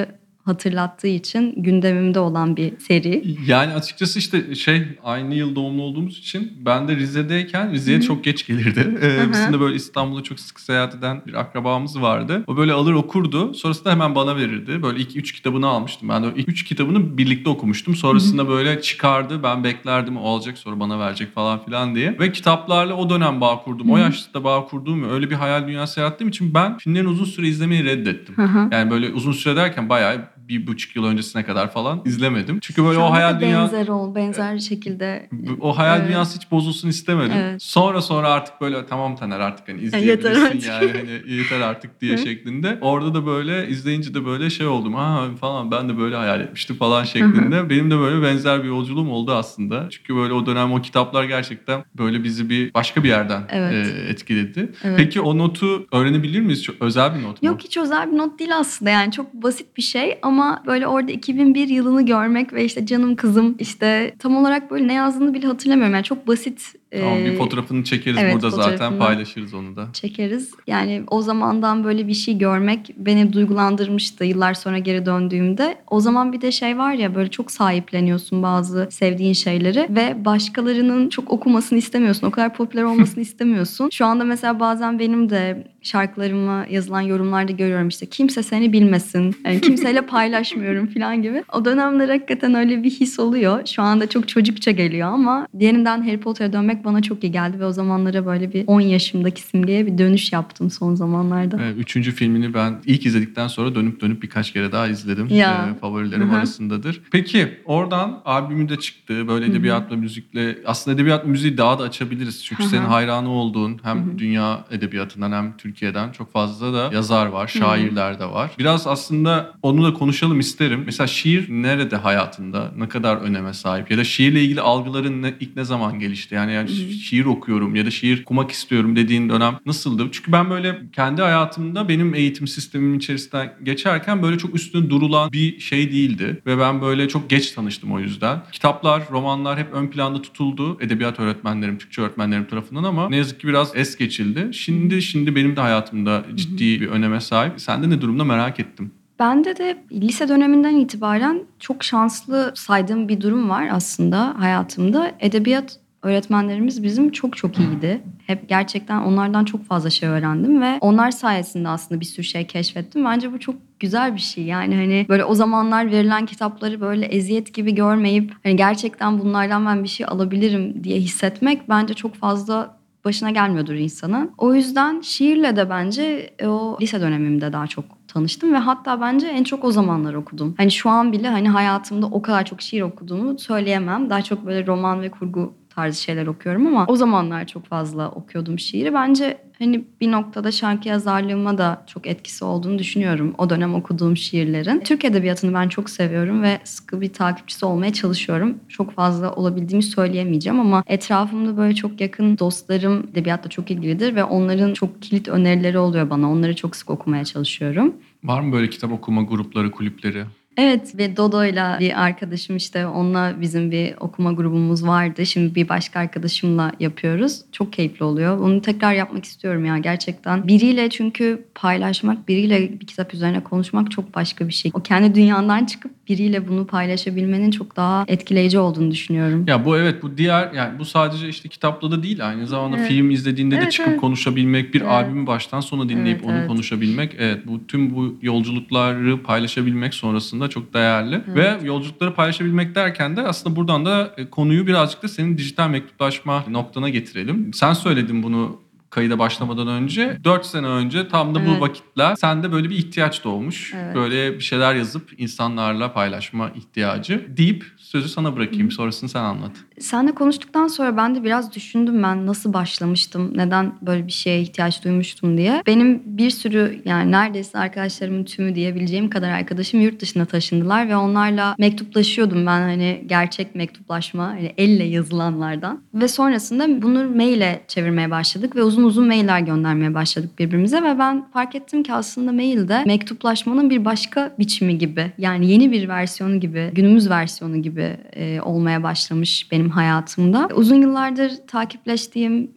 hatırlattığı için gündemimde olan bir seri. Yani açıkçası işte şey aynı yıl doğumlu olduğumuz için ben de Rize'deyken Rize'ye Hı-hı. çok geç gelirdi. Ee, Hı-hı. bizim de böyle İstanbul'a çok sık seyahat eden bir akrabamız vardı. O böyle alır okurdu. Sonrasında hemen bana verirdi. Böyle ilk üç kitabını almıştım. Ben de ilk üç kitabını birlikte okumuştum. Sonrasında Hı-hı. böyle çıkardı. Ben beklerdim o alacak sonra bana verecek falan filan diye. Ve kitaplarla o dönem bağ kurdum. Hı-hı. O yaşta bağ kurduğum ve öyle bir hayal dünyası yarattığım için ben filmlerin uzun süre izlemeyi reddettim. Hı-hı. Yani böyle uzun süre derken bayağı bir buçuk yıl öncesine kadar falan izlemedim. Çünkü böyle şu o hayal dünyası... benzer ol, benzer şekilde. O hayal evet. dünyası hiç bozulsun istemedim. Evet. Sonra sonra artık böyle tamam Taner artık hani izleyebilirsin yani hani yeter artık diye şeklinde. Orada da böyle izleyince de böyle şey oldum. Ha falan ben de böyle hayal etmiştim falan şeklinde. Benim de böyle benzer bir yolculuğum oldu aslında. Çünkü böyle o dönem o kitaplar gerçekten böyle bizi bir başka bir yerden evet. e, etkiledi. Evet. Peki o notu öğrenebilir miyiz? Çok özel bir not mu? Yok hiç özel bir not değil aslında yani çok basit bir şey ama böyle orada iki bin bir yılını görmek ve işte canım kızım işte tam olarak böyle ne yazdığını bile hatırlamıyorum. Yani çok basit. Tamam bir fotoğrafını çekeriz evet, burada zaten paylaşırız onu da. Çekeriz. Yani o zamandan böyle bir şey görmek beni duygulandırmıştı yıllar sonra geri döndüğümde. O zaman bir de şey var ya böyle çok sahipleniyorsun bazı sevdiğin şeyleri ve başkalarının çok okumasını istemiyorsun. O kadar popüler olmasını istemiyorsun. Şu anda mesela bazen benim de şarkılarıma yazılan yorumlarda görüyorum işte kimse seni bilmesin. Yani kimseyle paylaşmıyorum falan gibi. O dönemler hakikaten öyle bir his oluyor. Şu anda çok çocukça geliyor ama yeniden Harry Potter'a dönmek bana çok iyi geldi ve o zamanlara böyle bir on yaşımdaki Simge'ye bir dönüş yaptım son zamanlarda. Evet, üçüncü filmini ben ilk izledikten sonra dönüp dönüp birkaç kere daha izledim. Ya. Ee, favorilerim Hı-hı. arasındadır. Peki oradan albümü de çıktı. Böyle edebiyatla müzikle aslında edebiyat müziği daha da açabiliriz. Çünkü Hı-hı. senin hayranı olduğun hem Hı-hı. dünya edebiyatından hem Türkiye'den çok fazla da yazar var, şairler Hı-hı. de var. Biraz aslında onu da konuşalım isterim. Mesela şiir nerede hayatında? Ne kadar öneme sahip? Ya da şiirle ilgili algıların ne, ilk ne zaman gelişti? Yani, yani şiir okuyorum ya da şiir okumak istiyorum dediğin dönem nasıldı? Çünkü ben böyle kendi hayatımda benim eğitim sistemimin içerisinden geçerken böyle çok üstüne durulan bir şey değildi. Ve ben böyle çok geç tanıştım o yüzden. Kitaplar, romanlar hep ön planda tutuldu. Edebiyat öğretmenlerim, Türkçe öğretmenlerim tarafından ama ne yazık ki biraz es geçildi. Şimdi şimdi benim de hayatımda ciddi bir öneme sahip. Sende ne durumda merak ettim. Bende de lise döneminden itibaren çok şanslı saydığım bir durum var aslında hayatımda. Edebiyat öğretmenlerimiz bizim çok çok iyiydi. Hep gerçekten onlardan çok fazla şey öğrendim ve onlar sayesinde aslında bir sürü şey keşfettim. Bence bu çok güzel bir şey. Yani hani böyle o zamanlar verilen kitapları böyle eziyet gibi görmeyip hani gerçekten bunlardan ben bir şey alabilirim diye hissetmek bence çok fazla başına gelmiyordur insanın. O yüzden şiirle de bence o lise dönemimde daha çok tanıştım ve hatta bence en çok o zamanlar okudum. Hani şu an bile hani hayatımda o kadar çok şiir okuduğumu söyleyemem. Daha çok böyle roman ve kurgu tarzı şeyler okuyorum ama o zamanlar çok fazla okuyordum şiiri. Bence hani bir noktada şarkı yazarlığıma da çok etkisi olduğunu düşünüyorum o dönem okuduğum şiirlerin. Türk edebiyatını ben çok seviyorum ve sıkı bir takipçisi olmaya çalışıyorum. Çok fazla olabildiğimi söyleyemeyeceğim ama etrafımda böyle çok yakın dostlarım edebiyatla çok ilgilidir ve onların çok kilit önerileri oluyor bana. Onları çok sık okumaya çalışıyorum. Var mı böyle kitap okuma grupları, kulüpleri? Evet ve Dodo'yla bir arkadaşım işte onunla bizim bir okuma grubumuz vardı. Şimdi bir başka arkadaşımla yapıyoruz. Çok keyifli oluyor. Onu tekrar yapmak istiyorum ya gerçekten. Biriyle çünkü paylaşmak, biriyle bir kitap üzerine konuşmak çok başka bir şey. O kendi dünyandan çıkıp biriyle bunu paylaşabilmenin çok daha etkileyici olduğunu düşünüyorum. Ya bu evet bu diğer yani bu sadece işte kitapla da değil aynı zamanda evet. film izlediğinde evet, de çıkıp evet. konuşabilmek, bir evet. albümü baştan sona dinleyip evet, onu evet. konuşabilmek. Evet bu tüm bu yolculukları paylaşabilmek sonrasında çok değerli. Evet. Ve yolculukları paylaşabilmek derken de aslında buradan da konuyu birazcık da senin dijital mektuplaşma noktana getirelim. Sen söyledin bunu kayıda başlamadan önce. dört sene önce tam da evet. bu vakitler sende böyle bir ihtiyaç doğmuş. Evet. Böyle bir şeyler yazıp insanlarla paylaşma ihtiyacı deyip sözü sana bırakayım. Hı. Sonrasını sen anlat. Seninle konuştuktan sonra ben de biraz düşündüm ben nasıl başlamıştım, neden böyle bir şeye ihtiyaç duymuştum diye. Benim bir sürü yani neredeyse arkadaşlarımın tümü diyebileceğim kadar arkadaşım yurt dışına taşındılar ve onlarla mektuplaşıyordum ben hani gerçek mektuplaşma, hani elle yazılanlardan. Ve sonrasında bunu maile çevirmeye başladık ve uzun uzun mailler göndermeye başladık birbirimize ve ben fark ettim ki aslında mailde mektuplaşmanın bir başka biçimi gibi yani yeni bir versiyonu gibi, günümüz versiyonu gibi e, olmaya başlamış benim hayatımda. Uzun yıllardır takipleştiğim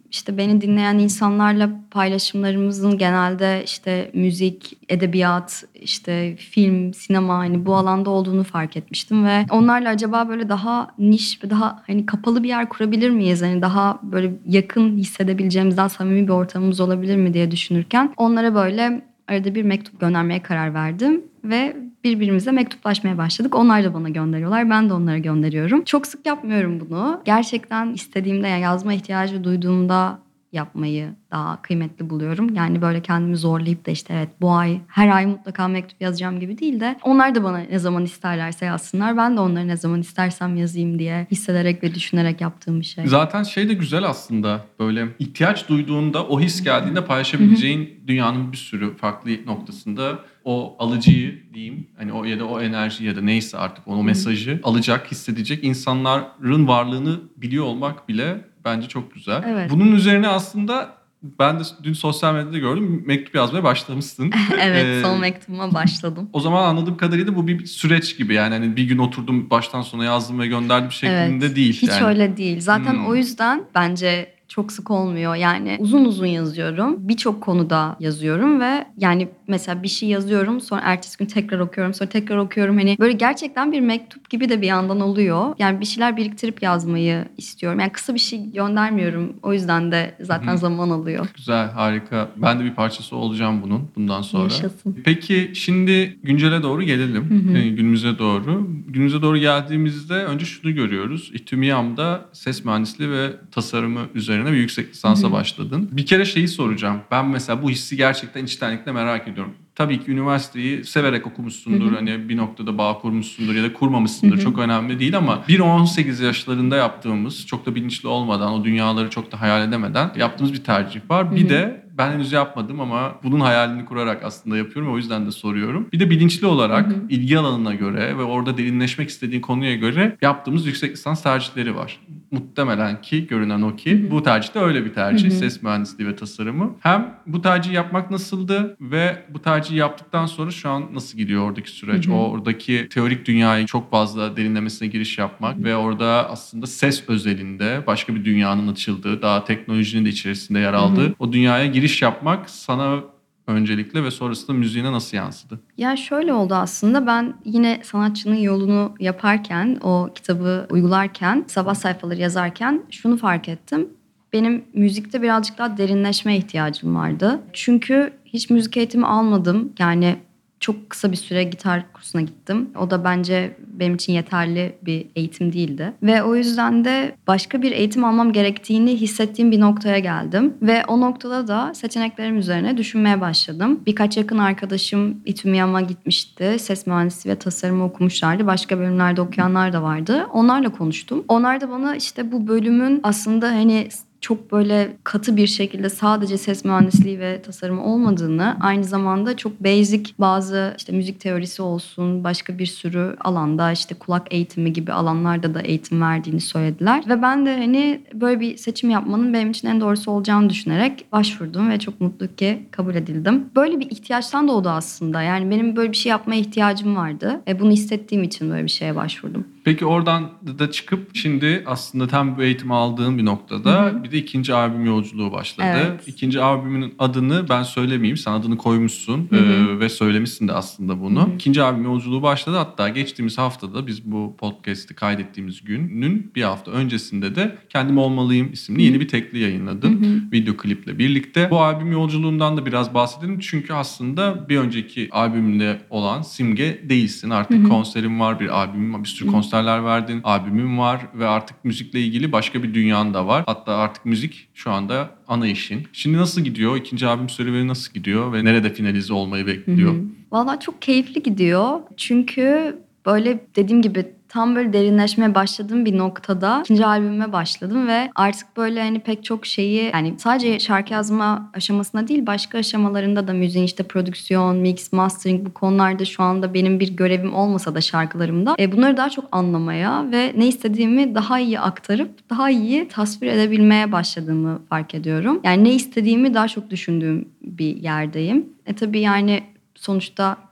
işte beni dinleyen insanlarla paylaşımlarımızın genelde işte müzik, edebiyat, işte film, sinema hani bu alanda olduğunu fark etmiştim ve onlarla acaba böyle daha niş ve daha hani kapalı bir yer kurabilir miyiz? Hani daha böyle yakın hissedebileceğimiz, daha samimi bir ortamımız olabilir mi diye düşünürken onlara böyle arada bir mektup göndermeye karar verdim ve birbirimize mektuplaşmaya başladık. Onlar da bana gönderiyorlar, ben de onlara gönderiyorum. Çok sık yapmıyorum bunu. Gerçekten istediğimde, yani yazma ihtiyacı duyduğumda yapmayı daha kıymetli buluyorum. Yani böyle kendimi zorlayıp da işte evet bu ay her ay mutlaka mektup yazacağım gibi değil de onlar da bana ne zaman isterlerse yazsınlar. Ben de onlara ne zaman istersem yazayım diye hissederek ve düşünerek yaptığım bir şey. Zaten şey de güzel aslında, böyle ihtiyaç duyduğunda, o his geldiğinde paylaşabileceğin dünyanın bir sürü farklı noktasında o alıcıyı diyeyim, hani o ya da o enerji ya da neyse artık o mesajı alacak, hissedecek insanların varlığını biliyor olmak bile bence çok güzel. Evet. Bunun üzerine aslında ben de dün sosyal medyada gördüm, mektup yazmaya başlamışsın. Evet, Ee, son mektubuma başladım. O zaman anladığım kadarıyla bu bir süreç gibi, yani hani bir gün oturdum baştan sona yazdım ve gönderdim şeklinde Evet, değil. hiç yani. öyle değil. Zaten Hmm. o yüzden bence çok sık olmuyor. Yani uzun uzun yazıyorum. Birçok konuda yazıyorum ve yani mesela bir şey yazıyorum, sonra ertesi gün tekrar okuyorum, sonra tekrar okuyorum. Hani böyle gerçekten bir mektup gibi de bir yandan oluyor. Yani bir şeyler biriktirip yazmayı istiyorum. Yani kısa bir şey göndermiyorum. O yüzden de zaten zaman alıyor. Güzel, harika. Ben de bir parçası olacağım bunun bundan sonra. Yaşasın. Peki şimdi güncele doğru gelelim. Hı hı. Yani günümüze doğru. Günümüze doğru geldiğimizde önce şunu görüyoruz. İTÜMİAM'da ses mühendisliği ve tasarımı üzerine bir yüksek lisansa Hı hı. başladın. Bir kere şeyi soracağım. Ben mesela bu hissi gerçekten içtenlikle merak ediyorum. Tabii ki üniversiteyi severek okumuşsundur. Hı hı. Hani bir noktada bağ kurmuşsundur ya da kurmamışsındır. Hı hı. Çok önemli değil ama bir on sekiz yaşlarında yaptığımız, çok da bilinçli olmadan, o dünyaları çok da hayal edemeden yaptığımız bir tercih var. Bir Hı hı. de ben henüz yapmadım ama bunun hayalini kurarak aslında yapıyorum. O yüzden de soruyorum. Bir de bilinçli olarak Hı hı. ilgi alanına göre ve orada derinleşmek istediğin konuya göre yaptığımız yüksek lisans tercihleri var. Muhtemelen ki görünen o ki Hı hı. bu tercih de öyle bir tercih. Hı hı. Ses mühendisliği ve tasarımı. Hem bu tercihi yapmak nasıldı ve bu tercihi yaptıktan sonra şu an nasıl gidiyor oradaki süreç? Hı hı. Oradaki teorik dünyayı çok fazla derinlemesine giriş yapmak Hı hı. ve orada aslında ses özelinde başka bir dünyanın açıldığı, daha teknolojinin de içerisinde yer aldığı Hı hı. o dünyaya giriş yapmak sana öncelikle ve sonrasında müziğine nasıl yansıdı? Ya şöyle oldu aslında, ben yine sanatçının yolunu yaparken, o kitabı uygularken, sabah sayfaları yazarken şunu fark ettim. Benim müzikte birazcık daha derinleşmeye ihtiyacım vardı. Çünkü hiç müzik eğitimi almadım. Yani çok kısa bir süre gitar kursuna gittim. O da bence benim için yeterli bir eğitim değildi. Ve o yüzden de başka bir eğitim almam gerektiğini hissettiğim bir noktaya geldim. Ve o noktada da seçeneklerim üzerine düşünmeye başladım. Birkaç yakın arkadaşım İTÜMİAM'a gitmişti. Ses mühendisliği ve tasarımı okumuşlardı. Başka bölümlerde okuyanlar da vardı. Onlarla konuştum. Onlar da bana işte bu bölümün aslında hani çok böyle katı bir şekilde sadece ses mühendisliği ve tasarımı olmadığını, aynı zamanda çok basic bazı işte müzik teorisi olsun, başka bir sürü alanda işte kulak eğitimi gibi alanlarda da eğitim verdiğini söylediler. Ve ben de hani böyle bir seçim yapmanın benim için en doğrusu olacağını düşünerek başvurdum ve çok mutlu ki kabul edildim. Böyle bir ihtiyaçtan doğdu aslında. Yani benim böyle bir şey yapmaya ihtiyacım vardı. E bunu hissettiğim için böyle bir şeye başvurdum. Peki oradan da çıkıp şimdi aslında tam bu eğitimi aldığın bir noktada Hı hı. bir de ikinci albüm yolculuğu başladı. Evet. İkinci albümün adını ben söylemeyeyim. Sen adını koymuşsun Hı hı. e, ve söylemişsin de aslında bunu. Hı hı. İkinci albüm yolculuğu başladı. Hatta geçtiğimiz haftada biz bu podcast'i kaydettiğimiz günün bir hafta öncesinde de Kendim Olmalıyım isimli yeni bir tekli yayınladın. Hı hı. Video kliple birlikte. Bu albüm yolculuğundan da biraz bahsedelim. Çünkü aslında bir önceki albümde olan Simge değilsin. Artık Hı hı. konserin var, bir albümün var, bir sürü konserler verdin. Albümün var ve artık müzikle ilgili başka bir dünyan da var. Hatta artık müzik şu anda ana işin. Şimdi nasıl gidiyor? İkinci albüm serüveni nasıl gidiyor ve nerede finalize olmayı bekliyor? Hı hı. Vallahi çok keyifli gidiyor. Çünkü böyle dediğim gibi tam böyle derinleşmeye başladığım bir noktada ikinci albümüme başladım ve artık böyle hani pek çok şeyi, yani sadece şarkı yazma aşamasında değil başka aşamalarında da müziğin işte prodüksiyon, mix, mastering, bu konularda şu anda benim bir görevim olmasa da şarkılarımda e, bunları daha çok anlamaya ve ne istediğimi daha iyi aktarıp daha iyi tasvir edebilmeye başladığımı fark ediyorum. Yani ne istediğimi daha çok düşündüğüm bir yerdeyim. E tabii yani sonuçta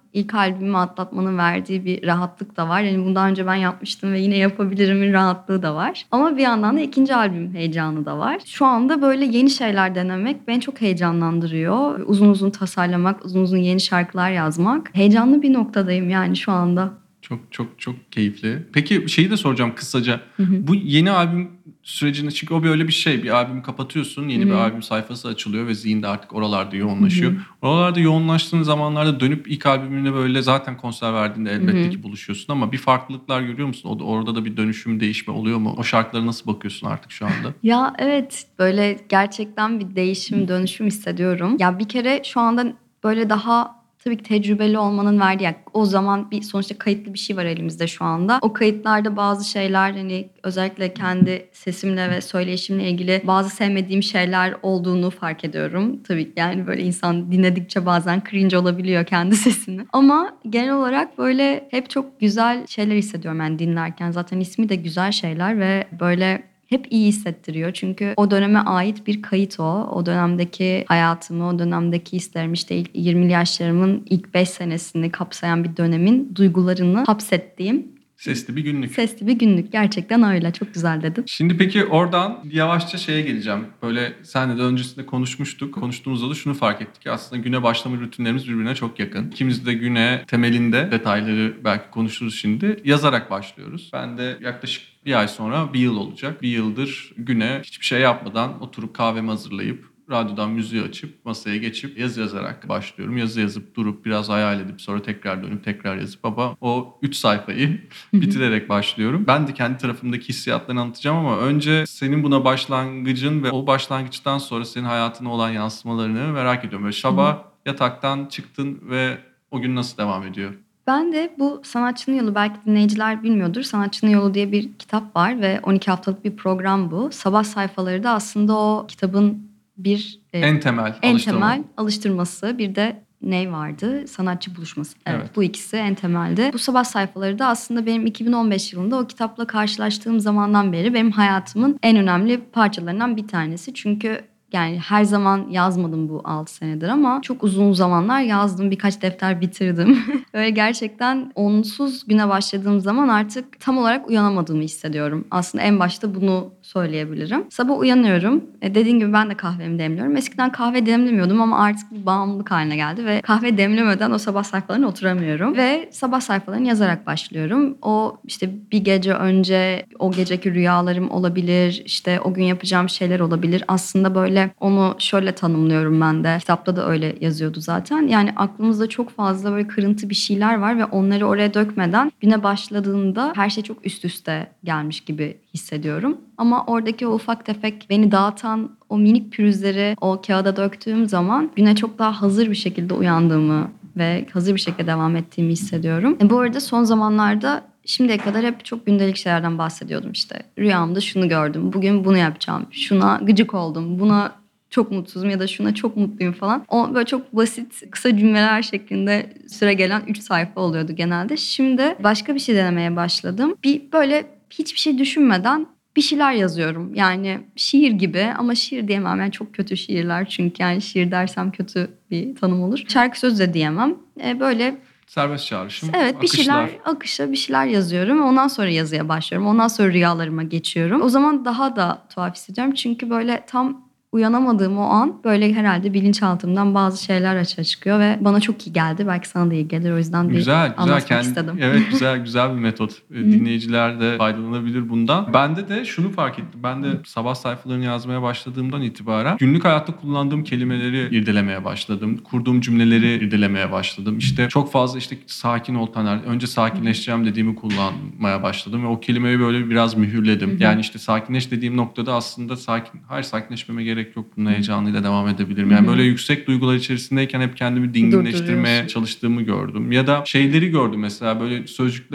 ilk albümü atlatmanın verdiği bir rahatlık da var. Yani bundan önce ben yapmıştım ve yine yapabilirimin rahatlığı da var. Ama bir yandan da ikinci albüm heyecanı da var. Şu anda böyle yeni şeyler denemek beni çok heyecanlandırıyor. Uzun uzun tasarlamak, uzun uzun yeni şarkılar yazmak. Heyecanlı bir noktadayım yani şu anda. Çok çok çok keyifli. Peki şeyi de soracağım kısaca. Hı hı. Bu yeni albüm sürecinde, çünkü o böyle bir şey. Bir albüm kapatıyorsun, yeni hı hı. bir albüm sayfası açılıyor ve zihinde artık oralarda yoğunlaşıyor. Hı hı. Oralarda yoğunlaştığın zamanlarda dönüp ilk albümüne böyle zaten konser verdiğinde elbette hı hı. ki buluşuyorsun ama bir farklılıklar görüyor musun? Orada da bir dönüşüm, değişme oluyor mu? O şarkılara nasıl bakıyorsun artık şu anda? Ya evet, böyle gerçekten bir değişim, dönüşüm hissediyorum. Ya bir kere şu anda böyle daha tabii ki tecrübeli olmanın verdiği, yani o zaman bir sonuçta kayıtlı bir şey var elimizde şu anda. O kayıtlarda bazı şeyler, hani özellikle kendi sesimle ve söyleyişimle ilgili bazı sevmediğim şeyler olduğunu fark ediyorum. Tabii ki yani böyle insan dinledikçe bazen cringe olabiliyor kendi sesini. Ama genel olarak böyle hep çok güzel şeyler hissediyorum yani dinlerken. Zaten ismi de Güzel Şeyler ve böyle hep iyi hissettiriyor. Çünkü o döneme ait bir kayıt o. O dönemdeki hayatımı, o dönemdeki hislerimi, işte ilk yirmili yaşlarımın ilk beş senesini kapsayan bir dönemin duygularını hapsettiğim sesli bir günlük. Sesli bir günlük. Gerçekten öyle. Çok güzel dedin. Şimdi peki oradan yavaşça şeye geleceğim. Böyle senle de öncesinde konuşmuştuk. Konuştuğumuzda da şunu fark ettik ki aslında güne başlama rutinlerimiz birbirine çok yakın. İkimiz de güne temelinde, detayları belki konuşuruz şimdi, yazarak başlıyoruz. Ben de yaklaşık bir ay sonra bir yıl olacak. Bir yıldır güne hiçbir şey yapmadan oturup kahvemi hazırlayıp radyodan müziği açıp masaya geçip yazı yazarak başlıyorum. Yazı yazıp durup biraz hayal edip sonra tekrar dönüp tekrar yazıp ama o üç sayfayı bitirerek başlıyorum. Ben de kendi tarafımdaki hissiyatlarını anlatacağım ama önce senin buna başlangıcın ve o başlangıçtan sonra senin hayatına olan yansımalarını merak ediyorum. Böyle sabah yataktan çıktın ve o gün nasıl devam ediyor? Ben de bu Sanatçının Yolu, belki dinleyiciler bilmiyordur. Sanatçının Yolu diye bir kitap var ve on iki haftalık bir program bu. Sabah sayfaları da aslında o kitabın bir en temel en alıştırma. temel alıştırması. Bir de ne vardı? Sanatçı buluşması. Evet, evet. Bu ikisi en temelde. Bu sabah sayfaları da aslında benim iki bin on beş yılında o kitapla karşılaştığım zamandan beri benim hayatımın en önemli parçalarından bir tanesi. Çünkü yani her zaman yazmadım bu altı senedir ama çok uzun zamanlar yazdım. Birkaç defter bitirdim. Öyle gerçekten onsuz güne başladığım zaman artık tam olarak uyanamadığımı hissediyorum. Aslında en başta bunu söyleyebilirim. Sabah uyanıyorum. E dediğim gibi ben de kahvemi demliyorum. Eskiden kahve demlemiyordum ama artık bir bağımlılık haline geldi ve kahve demlemeden o sabah sayfalarına oturamıyorum. Ve sabah sayfalarını yazarak başlıyorum. O işte bir gece önce o geceki rüyalarım olabilir. İşte o gün yapacağım şeyler olabilir. Aslında böyle onu şöyle tanımlıyorum ben de. Kitapta da öyle yazıyordu zaten. Yani aklımızda çok fazla böyle kırıntı bir şeyler var ve onları oraya dökmeden güne başladığında her şey çok üst üste gelmiş gibi hissediyorum. Ama oradaki o ufak tefek beni dağıtan o minik pürüzleri o kağıda döktüğüm zaman güne çok daha hazır bir şekilde uyandığımı ve hazır bir şekilde devam ettiğimi hissediyorum. E bu arada son zamanlarda şimdiye kadar hep çok gündelik şeylerden bahsediyordum işte. Rüyamda şunu gördüm, bugün bunu yapacağım, şuna gıcık oldum, buna çok mutsuzum ya da şuna çok mutluyum falan. O böyle çok basit, kısa cümleler şeklinde süre gelen üç sayfa oluyordu genelde. Şimdi başka bir şey denemeye başladım. Bir böyle hiçbir şey düşünmeden bir şeyler yazıyorum. Yani şiir gibi ama şiir diyemem. Yani çok kötü şiirler çünkü yani şiir dersem kötü bir tanım olur. Şarkı sözü de diyemem. Ee, böyle serbest çağrışım, evet, bir akışlar. şeyler, akışa bir şeyler yazıyorum. Ondan sonra yazıya başlıyorum. Ondan sonra rüyalarıma geçiyorum. O zaman daha da tuhaf hissediyorum. Çünkü böyle tam uyanamadığım o an böyle herhalde bilinçaltımdan bazı şeyler açığa çıkıyor ve bana çok iyi geldi. Belki sana da iyi gelir. O yüzden bir güzel, anlatmak güzel. Kendi, istedim. Evet, güzel güzel bir metot. Dinleyiciler de faydalanabilir bundan. Bende de şunu fark ettim. Ben de sabah sayfalarını yazmaya başladığımdan itibaren günlük hayatta kullandığım kelimeleri irdelemeye başladım. Kurduğum cümleleri irdelemeye başladım. İşte çok fazla işte sakin ol Taner. Önce sakinleşeceğim dediğimi kullanmaya başladım ve o kelimeyi böyle biraz mühürledim. Yani işte sakinleş dediğim noktada aslında sakin, hayır sakinleşmeme gerek yok. Bunun heyecanıyla devam edebilirim. Yani böyle yüksek duygular içerisindeyken hep kendimi dinginleştirmeye çalıştığımı gördüm. Ya da şeyleri gördüm mesela, böyle sözcükler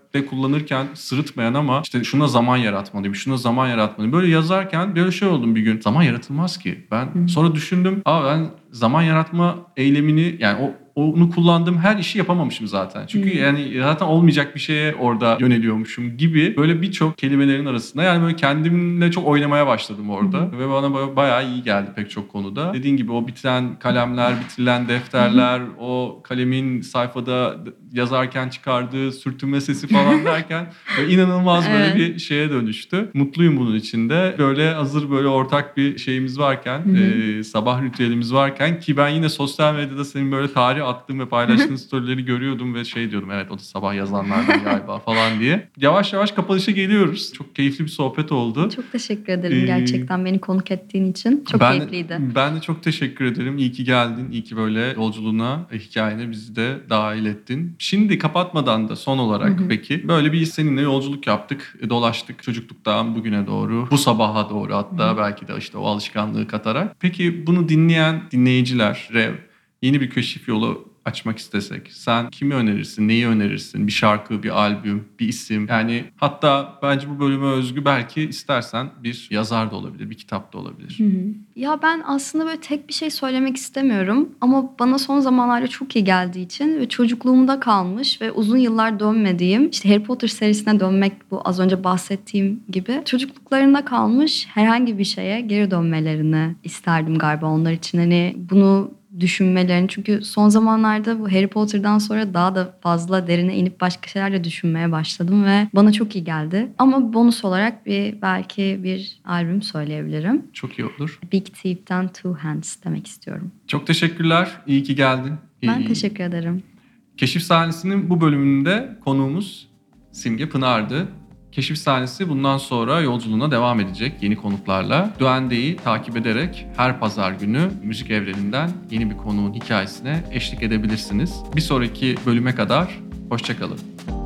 de kullanırken sırıtmayan ama işte şuna zaman yaratmalıyım, şuna zaman yaratmalıyım. Böyle yazarken böyle şey oldum bir gün. Zaman yaratılmaz ki. Ben Hı. sonra düşündüm. Aa ben zaman yaratma eylemini yani o onu kullandığım her işi yapamamışım zaten. Çünkü hmm. yani zaten olmayacak bir şeye orada yöneliyormuşum gibi böyle birçok kelimelerin arasında yani böyle kendimle çok oynamaya başladım orada. Hmm. Ve bana bayağı iyi geldi pek çok konuda. Dediğin gibi o bitiren kalemler, bitirilen defterler, hmm. o kalemin sayfada yazarken çıkardığı sürtünme sesi falan derken böyle inanılmaz böyle evet. bir şeye dönüştü. Mutluyum bunun içinde. Böyle hazır böyle ortak bir şeyimiz varken, hmm. e, sabah ritüelimiz varken ki ben yine sosyal medyada senin böyle tarih attığım ve paylaştığın storyleri görüyordum ve şey diyordum evet o da sabah yazanlardan galiba falan diye. Yavaş yavaş kapanışa geliyoruz. Çok keyifli bir sohbet oldu. Çok teşekkür ederim ee, gerçekten beni konuk ettiğin için. Çok ben, keyifliydi. Ben de çok teşekkür ederim. İyi ki geldin. İyi ki böyle yolculuğuna, hikayene bizi de dahil ettin. Şimdi kapatmadan da son olarak Hı-hı. peki böyle bir seninle yolculuk yaptık. Dolaştık çocukluktan bugüne doğru. Bu sabaha doğru hatta Hı-hı. belki de işte o alışkanlığı katarak. Peki bunu dinleyen dinleyicilere yeni bir keşif yolu açmak istesek sen kimi önerirsin, neyi önerirsin? Bir şarkı, bir albüm, bir isim. Yani hatta bence bu bölüme özgü belki istersen bir yazar da olabilir, bir kitap da olabilir. Hı hı. Ya ben aslında böyle tek bir şey söylemek istemiyorum ama bana son zamanlarda çok iyi geldiği için ve çocukluğumda kalmış ve uzun yıllar dönmediğim işte Harry Potter serisine dönmek bu az önce bahsettiğim gibi çocukluklarında kalmış herhangi bir şeye geri dönmelerini isterdim galiba onlar için. Hani bunu düşünmelerini çünkü son zamanlarda bu Harry Potter'dan sonra daha da fazla derine inip başka şeyler de düşünmeye başladım ve bana çok iyi geldi. Ama bonus olarak bir belki bir albüm söyleyebilirim. Çok iyi olur. Big Thief'ten Two Hands demek istiyorum. Çok teşekkürler. İyi ki geldin. Ben iyi. teşekkür ederim. Keşif sahnesinin bu bölümünde konuğumuz Simge Pınar'dı. Keşif sahnesi bundan sonra yolculuğuna devam edecek yeni konuklarla. Duende'yi takip ederek her pazar günü müzik evreninden yeni bir konuğun hikayesine eşlik edebilirsiniz. Bir sonraki bölüme kadar hoşça kalın.